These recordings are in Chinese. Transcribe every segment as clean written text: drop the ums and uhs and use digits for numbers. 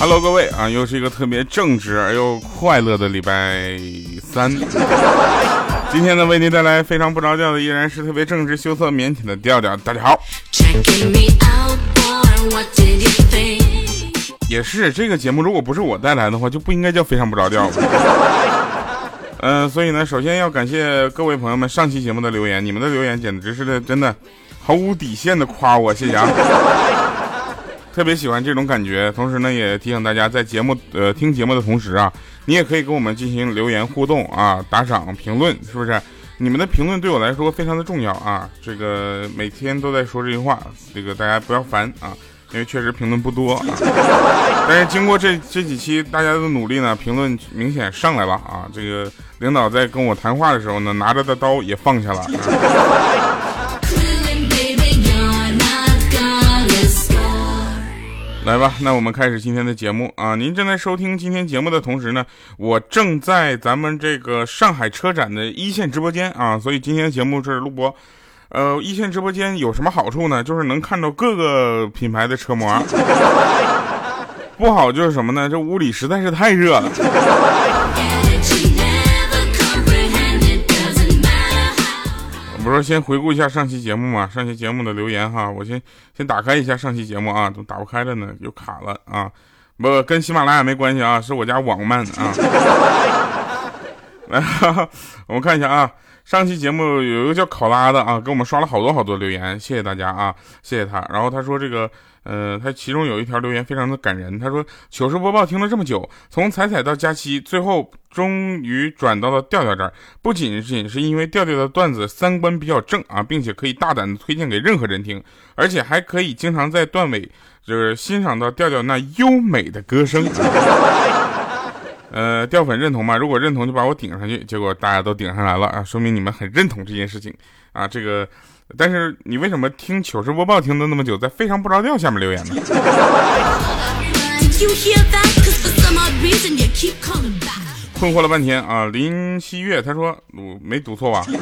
Hello， 各位啊，又是一个特别正直而又快乐的礼拜三。今天呢，为您带来非常不着调的，依然是特别正直、羞涩、腼腆的调调。大家好。也是这个节目，如果不是我带来的话，就不应该叫非常不着调了。所以呢，首先要感谢各位朋友们上期节目的留言，你们的留言简直是真的毫无底线的夸我，谢谢啊。特别喜欢这种感觉，同时呢，也提醒大家在节目听节目的同时啊，你也可以跟我们进行留言互动啊，打赏评论，是不是？你们的评论对我来说非常的重要啊，这个每天都在说这句话，这个大家不要烦啊，因为确实评论不多啊，但是经过这几期大家的努力呢，评论明显上来了啊，这个领导在跟我谈话的时候呢，拿着的刀也放下了。来吧，那我们开始今天的节目啊！您正在收听今天节目的同时呢，我正在咱们这个上海车展的一线直播间啊，所以今天的节目是录播。一线直播间有什么好处呢？就是能看到各个品牌的车模。不好就是什么呢？这屋里实在是太热了。不是先回顾一下上期节目嘛？上期节目的留言哈，我先打开一下上期节目啊，都打不开了呢，又卡了啊！不跟喜马拉雅没关系啊，是我家网慢啊。来，我们看一下啊，上期节目有一个叫考拉的啊，给我们刷了好多留言，谢谢大家啊，谢谢他。然后他说这个。他其中有一条留言非常的感人，他说糗事播报听了这么久，从彩彩到佳期，最后终于转到了调调这儿，不仅是因为调调的段子三观比较正啊，并且可以大胆的推荐给任何人听，而且还可以经常在段尾就是欣赏到调调那优美的歌声。调粉认同吗？如果认同就把我顶上去，结果大家都顶上来了啊，说明你们很认同这件事情啊。这个，但是你为什么听糗事播报听了那么久，在非常不着调下面留言呢？困惑了半天啊，林希月他说我没读错吧？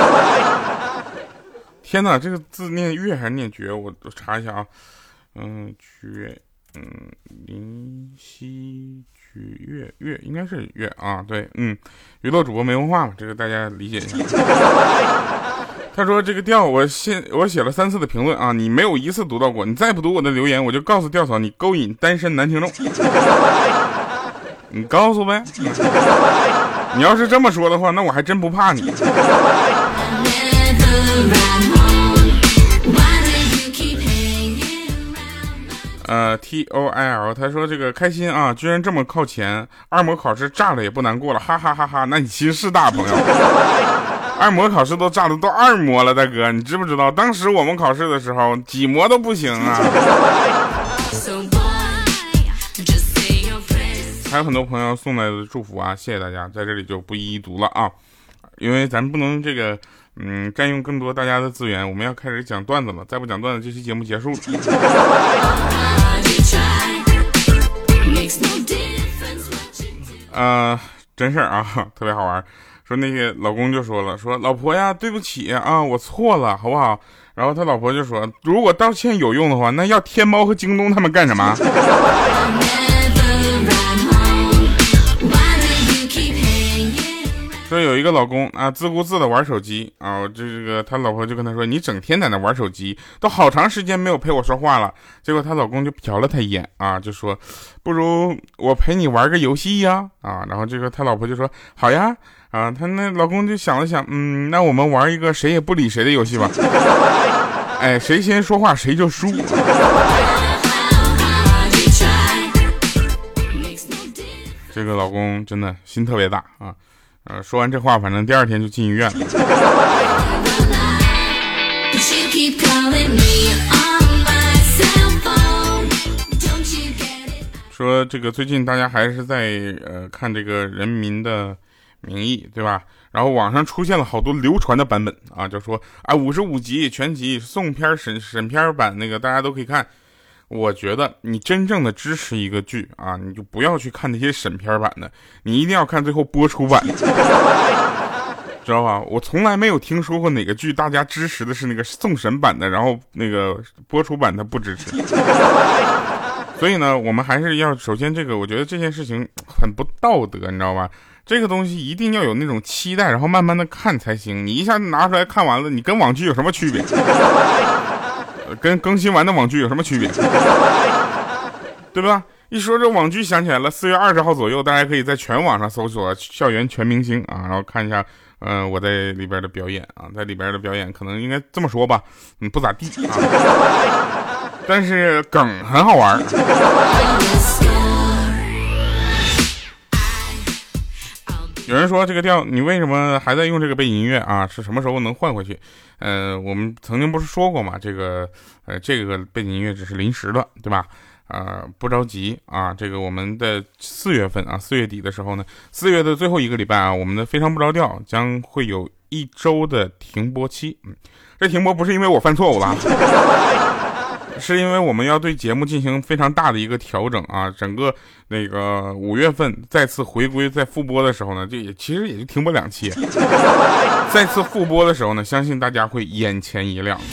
天哪，这个字念月还是念绝？我查一下啊，绝，林希。月应该是月啊，对，娱乐主播没文化嘛，这个大家理解一下。他说这个调我写了3次的评论啊，你没有一次读到过，你再不读我的留言，我就告诉调嫂你勾引单身男听众。你告诉呗，你要是这么说的话，那我还真不怕你。TOIL 他说这个开心啊，居然这么靠前，二模考试炸了也不难过了，哈哈哈哈！那你其实是大朋友，二模考试都炸了，都2模了，大哥，你知不知道？当时我们考试的时候几模都不行啊。还有很多朋友送来的祝福啊，谢谢大家，在这里就不一一读了啊，因为咱不能这个。占用更多大家的资源，我们要开始讲段子了，再不讲段子，这期节目结束了。真事儿啊，特别好玩。说那个老公就说了，说老婆呀，对不起啊，我错了，好不好？然后他老婆就说，如果道歉有用的话，那要天猫和京东他们干什么？说有一个老公啊，自顾自的玩手机啊，这个他老婆就跟他说，你整天在那玩手机，都好长时间没有陪我说话了。结果他老公就瞟了他一眼啊，就说不如我陪你玩个游戏呀啊。然后这个他老婆就说好呀啊，他那老公就想了想，那我们玩一个谁也不理谁的游戏吧。哎，谁先说话谁就输。这个老公真的心特别大啊。说完这话，反正第2天就进医院了。说这个最近大家还是在看这个《人民的名义》，对吧？然后网上出现了好多流传的版本啊，就说55集全集送片审片版，那个大家都可以看。我觉得你真正的支持一个剧啊，你就不要去看那些审片版的，你一定要看最后播出版的，知道吧？我从来没有听说过哪个剧大家支持的是那个送审版的，然后那个播出版他不支持。 所以呢，我们还是要首先这个，我觉得这件事情很不道德，你知道吧？这个东西一定要有那种期待，然后慢慢的看才行。你一下子拿出来看完了，你跟网剧有什么区别？跟更新完的网剧有什么区别？对吧？一说这网剧想起来了，4月20号左右，大家可以在全网上搜索校园全明星啊，然后看一下我在里边的表演啊，在里边的表演可能应该这么说吧，不咋地啊，但是梗很好玩。有人说这个调你为什么还在用这个背景音乐啊？是什么时候能换回去？我们曾经不是说过嘛，这个背景音乐只是临时的，对吧？不着急啊，这个我们的4月份啊，4月底的时候呢，4月的最后一个礼拜啊，我们的非常不着调将会有1周的停播期。这停播不是因为我犯错误了，是因为我们要对节目进行非常大的一个调整啊。整个那个5月份再次回归在复播的时候呢，这其实也就停播2期。再次复播的时候呢，相信大家会眼前一亮。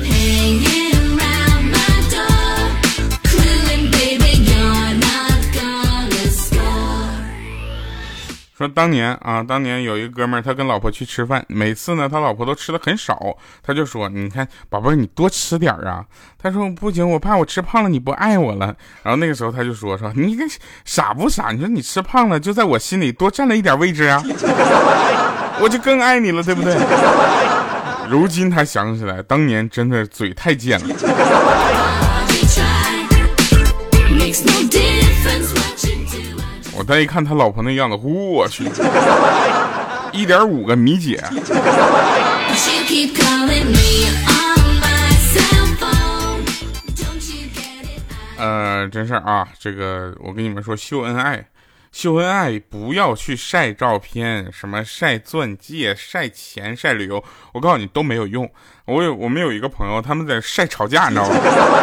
说当年有一个哥们儿，他跟老婆去吃饭，每次呢他老婆都吃的很少，他就说，你看宝贝儿你多吃点啊。他说不行，我怕我吃胖了你不爱我了。然后那个时候他就说你这傻不傻，你说你吃胖了就在我心里多占了一点位置啊，我就更爱你了，对不对？如今他想起来当年真的嘴太贱了。我再一看他老婆那样子，我去，1.5个米姐。真事儿啊，这个我跟你们说，秀恩爱不要去晒照片，什么晒钻戒、晒钱、晒旅游，我告诉你都没有用。我们有一个朋友，他们在晒吵架，你知道吗？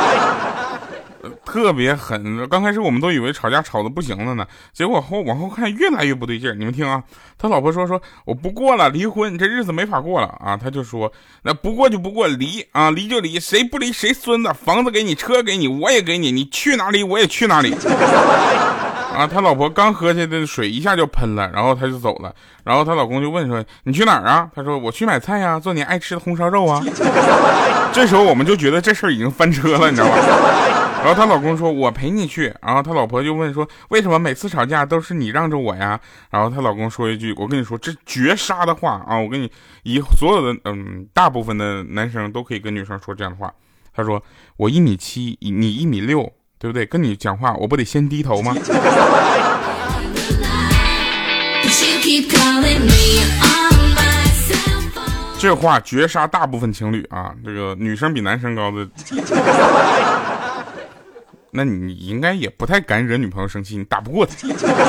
特别狠，刚开始我们都以为吵架吵得不行了呢，结果往后看越来越不对劲。你们听啊，他老婆说我不过了，离婚，这日子没法过了啊。他就说那不过就不过，离啊，离就离，谁不离谁孙子，房子给你，车给你，我也给你，你去哪里我也去哪里。啊，他老婆刚喝下的水一下就喷了，然后他就走了。然后他老公就问说你去哪儿啊？他说我去买菜呀，做你爱吃的红烧肉啊。这时候我们就觉得这事儿已经翻车了，你知道吗？然后她老公说我陪你去。然后她老婆就问说为什么每次吵架都是你让着我呀？然后她老公说一句，我跟你说这绝杀的话啊，我跟你以所有的大部分的男生都可以跟女生说这样的话。他说我1.7米，你1.6米，对不对？跟你讲话我不得先低头吗？这话绝杀大部分情侣啊，这个女生比男生高的。那你应该也不太敢惹女朋友生气，你打不过她。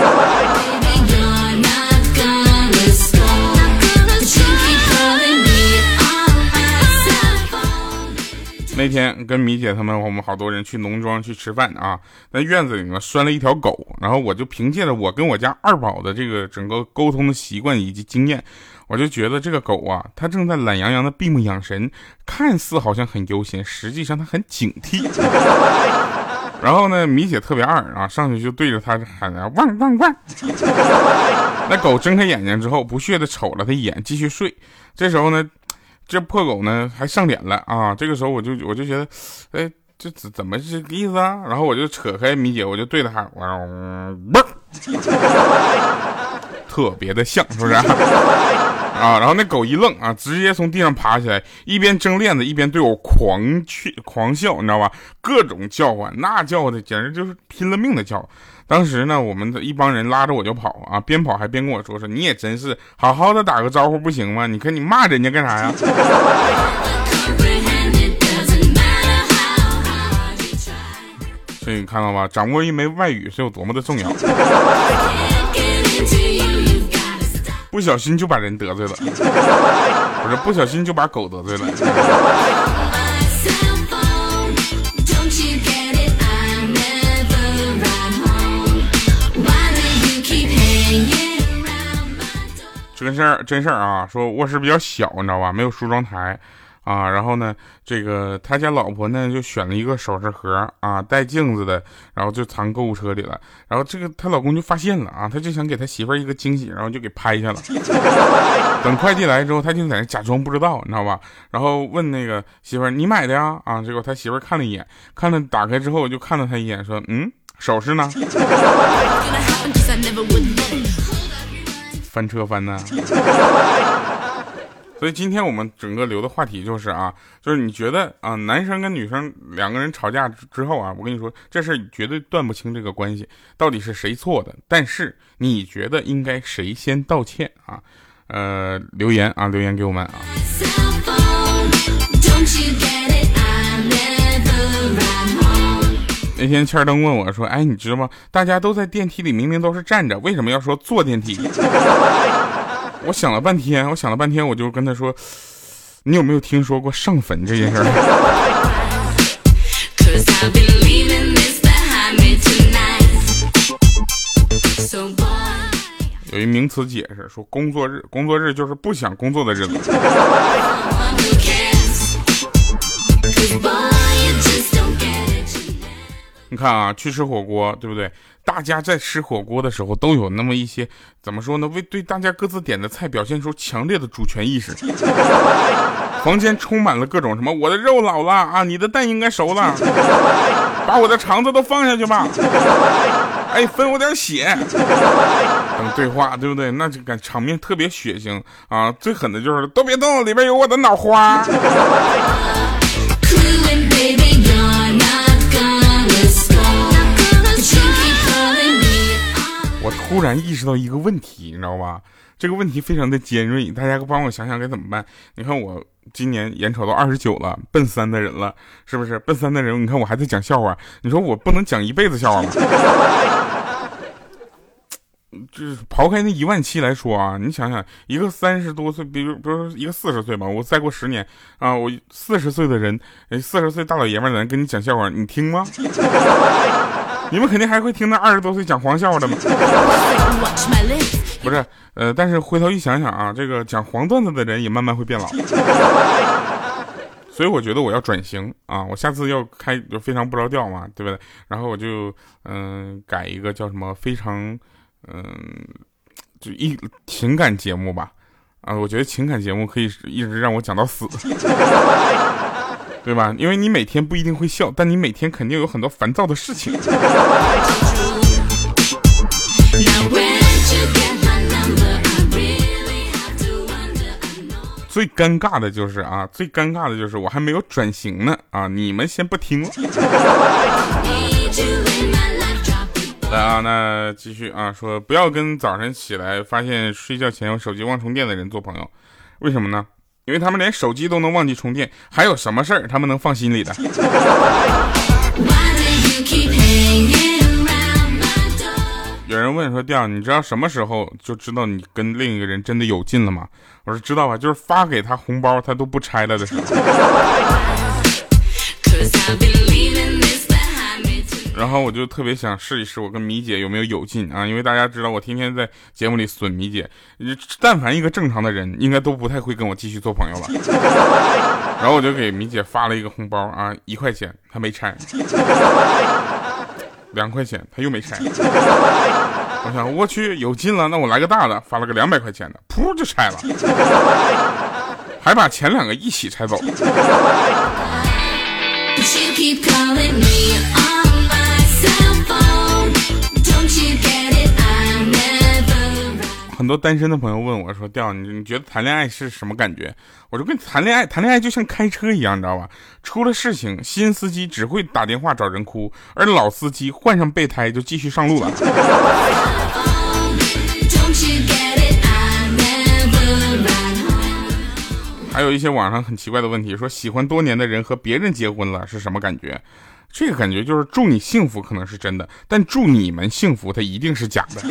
那天跟米姐他们，我们好多人去农庄去吃饭啊，在院子里面拴了一条狗，然后我就凭借着我跟我家2宝的这个整个沟通的习惯以及经验，我就觉得这个狗啊，它正在懒洋洋的闭目养神，看似好像很悠闲，实际上它很警惕。然后呢，米姐特别二啊，上去就对着它喊着汪汪汪。那狗睁开眼睛之后，不屑的瞅了它一眼，继续睡。这时候呢，这破狗呢还上脸了啊！这个时候我就觉得，哎，这怎么这个意思啊？然后我就扯开米姐，我就对着它，特别的像，是不是啊？然后那狗一愣啊，直接从地上爬起来，一边挣链子一边对我狂笑，你知道吧？各种叫唤，那叫的简直就是拼了命的叫。当时呢，我们的一帮人拉着我就跑啊，边跑还边跟我说你也真是好好的打个招呼不行吗？你看你骂人家干啥呀？所以你看到吧，掌握一枚外语是有多么的重要。不小心就把人得罪了，不是不小心就把狗得罪了。这个真事儿啊，说卧室比较小，你知道吧？没有梳妆台啊，然后呢，这个他家老婆呢就选了一个首饰盒啊，带镜子的，然后就藏购物车里了。然后这个她老公就发现了啊，他就想给他媳妇儿一个惊喜，然后就给拍下了。等快递来之后，他就在那假装不知道，你知道吧？然后问那个媳妇儿：“你买的呀？”啊，结果他媳妇儿看了一眼，看了打开之后就看了他一眼，说：“首饰呢？”翻车翻呢。所以今天我们整个留的话题就是就是你觉得男生跟女生两个人吵架之后我跟你说这事绝对断不清这个关系到底是谁错的，但是你觉得应该谁先道歉留言给我们那天欠灯问我说：“哎，你知道吗？大家都在电梯里，明明都是站着，为什么要说坐电梯？”我想了半天，我就跟他说：“你有没有听说过上坟这件事儿？”有一名词解释说，工作日就是不想工作的日子。你看去吃火锅，对不对？大家在吃火锅的时候都有那么一些，怎么说呢？为对大家各自点的菜表现出强烈的主权意识。房间充满了各种什么，我的肉老了你的蛋应该熟了，把我的肠子都放下去吧。哎，分我点血。等对话，对不对？那就感场面特别血腥最狠的就是都别动，里边有我的脑花。我突然意识到一个问题，你知道吧？这个问题非常的尖锐，大家帮我想想该怎么办。你看我今年眼瞅到29了，奔3的人了，是不是？奔3的人，你看我还在讲笑话，你说我不能讲一辈子笑话吗？就是刨开那17000来说你想想，一个30多岁，比如说一个40岁吧，我再过10年我40岁的人，40岁大老爷们的人跟你讲笑话，你听吗？你们肯定还会听那20多岁讲黄笑话的吗？不是，但是回头一想想这个讲黄段子的人也慢慢会变老，所以我觉得我要转型我下次要开就非常不着调嘛，对不对？然后我就改一个叫什么非常就情感节目吧我觉得情感节目可以一直让我讲到死。对吧？因为你每天不一定会笑，但你每天肯定有很多烦躁的事情。最尴尬的就是我还没有转型呢你们先不听了。来那继续说不要跟早晨起来发现睡觉前有手机忘充电的人做朋友，为什么呢？因为他们连手机都能忘记充电，还有什么事儿他们能放心里的？有人问说调，你知道什么时候就知道你跟另一个人真的有劲了吗？我说知道吧，就是发给他红包他都不拆了的时候。然后我就特别想试一试我跟米姐有没有劲因为大家知道我天天在节目里损米姐，但凡一个正常的人应该都不太会跟我继续做朋友了。然后我就给米姐发了一个红包1块钱她没拆，2块钱她又没拆。我想我去有劲了，那我来个大的，发了个200块钱的，噗就拆了，还把前2个一起拆走。很多单身的朋友问我说调你觉得谈恋爱是什么感觉？我说跟谈恋爱就像开车一样，你知道吧？出了事情新司机只会打电话找人哭，而老司机换上备胎就继续上路了。还有一些网上很奇怪的问题，说喜欢多年的人和别人结婚了是什么感觉？这个感觉就是祝你幸福可能是真的，但祝你们幸福它一定是假的。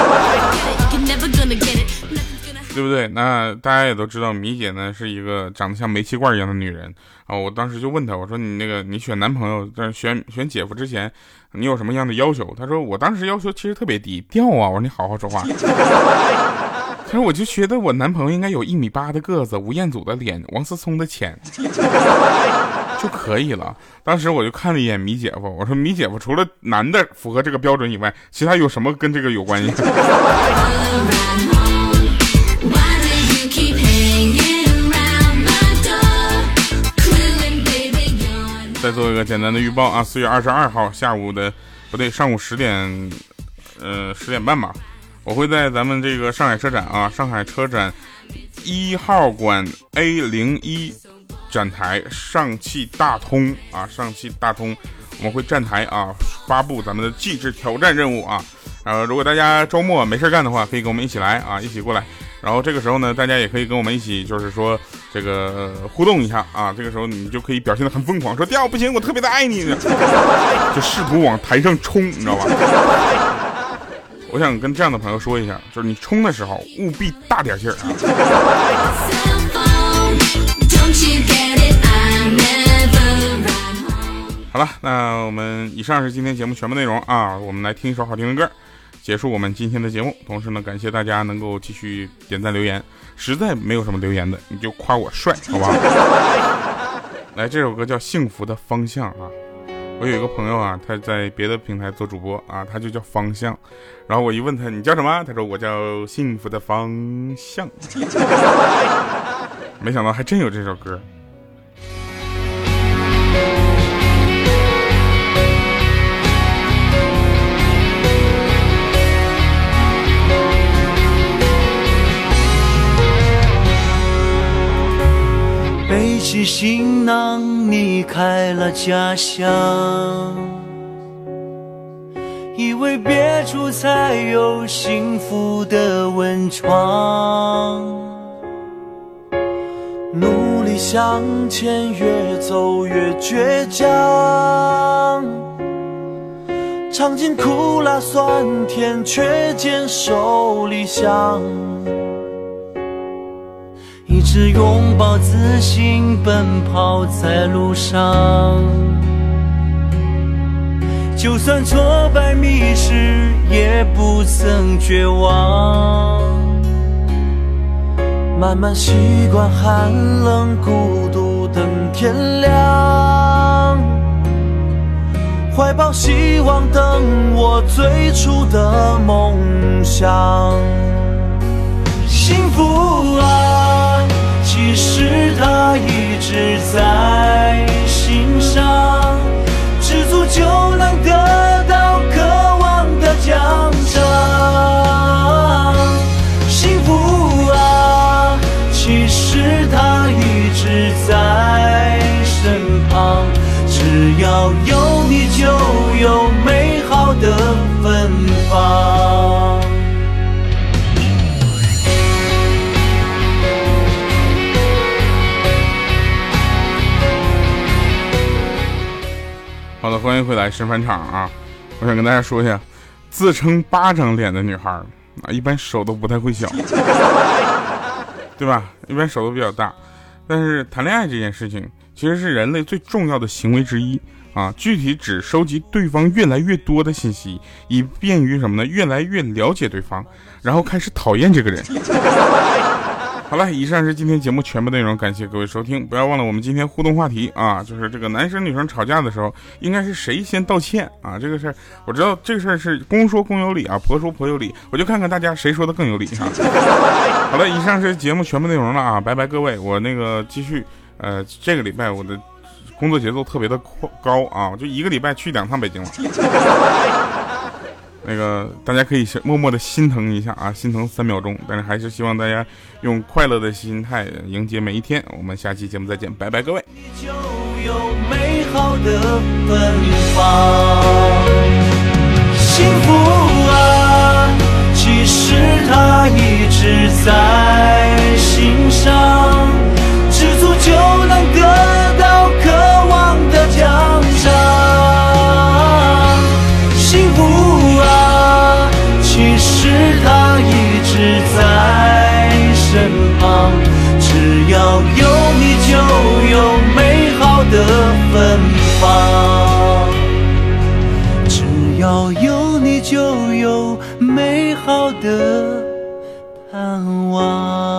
对不对？那大家也都知道米姐呢是一个长得像煤气罐一样的女人我当时就问她，我说你选男朋友在选姐夫之前你有什么样的要求？她说我当时要求其实特别低调我说你好好说话。 可是我就觉得我男朋友应该有1.8米的个子，吴彦祖的脸，王思聪的钱就可以了。当时我就看了一眼米姐夫，我说米姐夫除了男的符合这个标准以外，其他有什么跟这个有关系？再做一个简单的预报啊，4月22号下午的上午10点半吧，我会在咱们这个上海车展啊，上海车展1号馆 A01 展台上汽大通啊，上汽大通我们会站台啊，发布咱们的极致挑战任务啊。如果大家周末没事干的话，可以跟我们一起来啊，一起过来。然后这个时候呢，大家也可以跟我们一起，就是说这个互动一下啊。这个时候你就可以表现得很疯狂，说调不行，我特别的爱你，就试图往台上冲，你知道吧？我想跟这样的朋友说一下，就是你冲的时候务必大点劲儿啊。好了，那我们以上是今天节目全部内容啊，我们来听一首好听的歌，结束我们今天的节目。同时呢，感谢大家能够继续点赞留言，实在没有什么留言的，你就夸我帅，好吧？来，这首歌叫《幸福的方向》啊。我有一个朋友啊，他在别的平台做主播啊，他就叫方向。然后我一问他你叫什么，他说我叫幸福的方向。没想到还真有这首歌。 背起行囊离开了家乡，以为别处才有幸福的温床，努力向前，越走越倔强，尝尽苦辣酸甜，却坚守理想，一直拥抱自信，奔跑在路上，就算挫败迷失也不曾绝望，慢慢习惯寒冷孤独等天亮，怀抱希望等我最初的梦想。幸福啊，其实它一直在心上，知足就能得到渴望的奖赏。幸福啊，其实它一直在身旁，只要有你就有美好的芬芳。 好的，欢迎回来神返场啊！我想跟大家说一下，自称巴掌脸的女孩啊，一般手都不太会小，对吧？一般手都比较大。但是谈恋爱这件事情，其实是人类最重要的行为之一啊。具体指收集对方越来越多的信息，以便于什么呢？越来越了解对方，然后开始讨厌这个人。好了，以上是今天节目全部内容，感谢各位收听。不要忘了我们今天互动话题啊，就是这个男生女生吵架的时候，应该是谁先道歉啊？这个事儿我知道，这个事儿是公说公有理啊，婆说婆有理，我就看看大家谁说的更有理啊。好了，以上是节目全部内容了啊，拜拜各位，我那个继续这个礼拜我的工作节奏特别的高啊，我就一个礼拜去2趟北京了。那个大家可以默默的心疼一下啊，心疼3秒钟，但是还是希望大家用快乐的心态迎接每一天。我们下期节目再见，拜拜各位。 就有美好的芬芳。幸福啊，其实它一直在心上，知足就能得到渴望的奖赏。幸福啊，其实它一直在身旁，只要有你就有美好的芬芳，只要有你就有美好的盼望。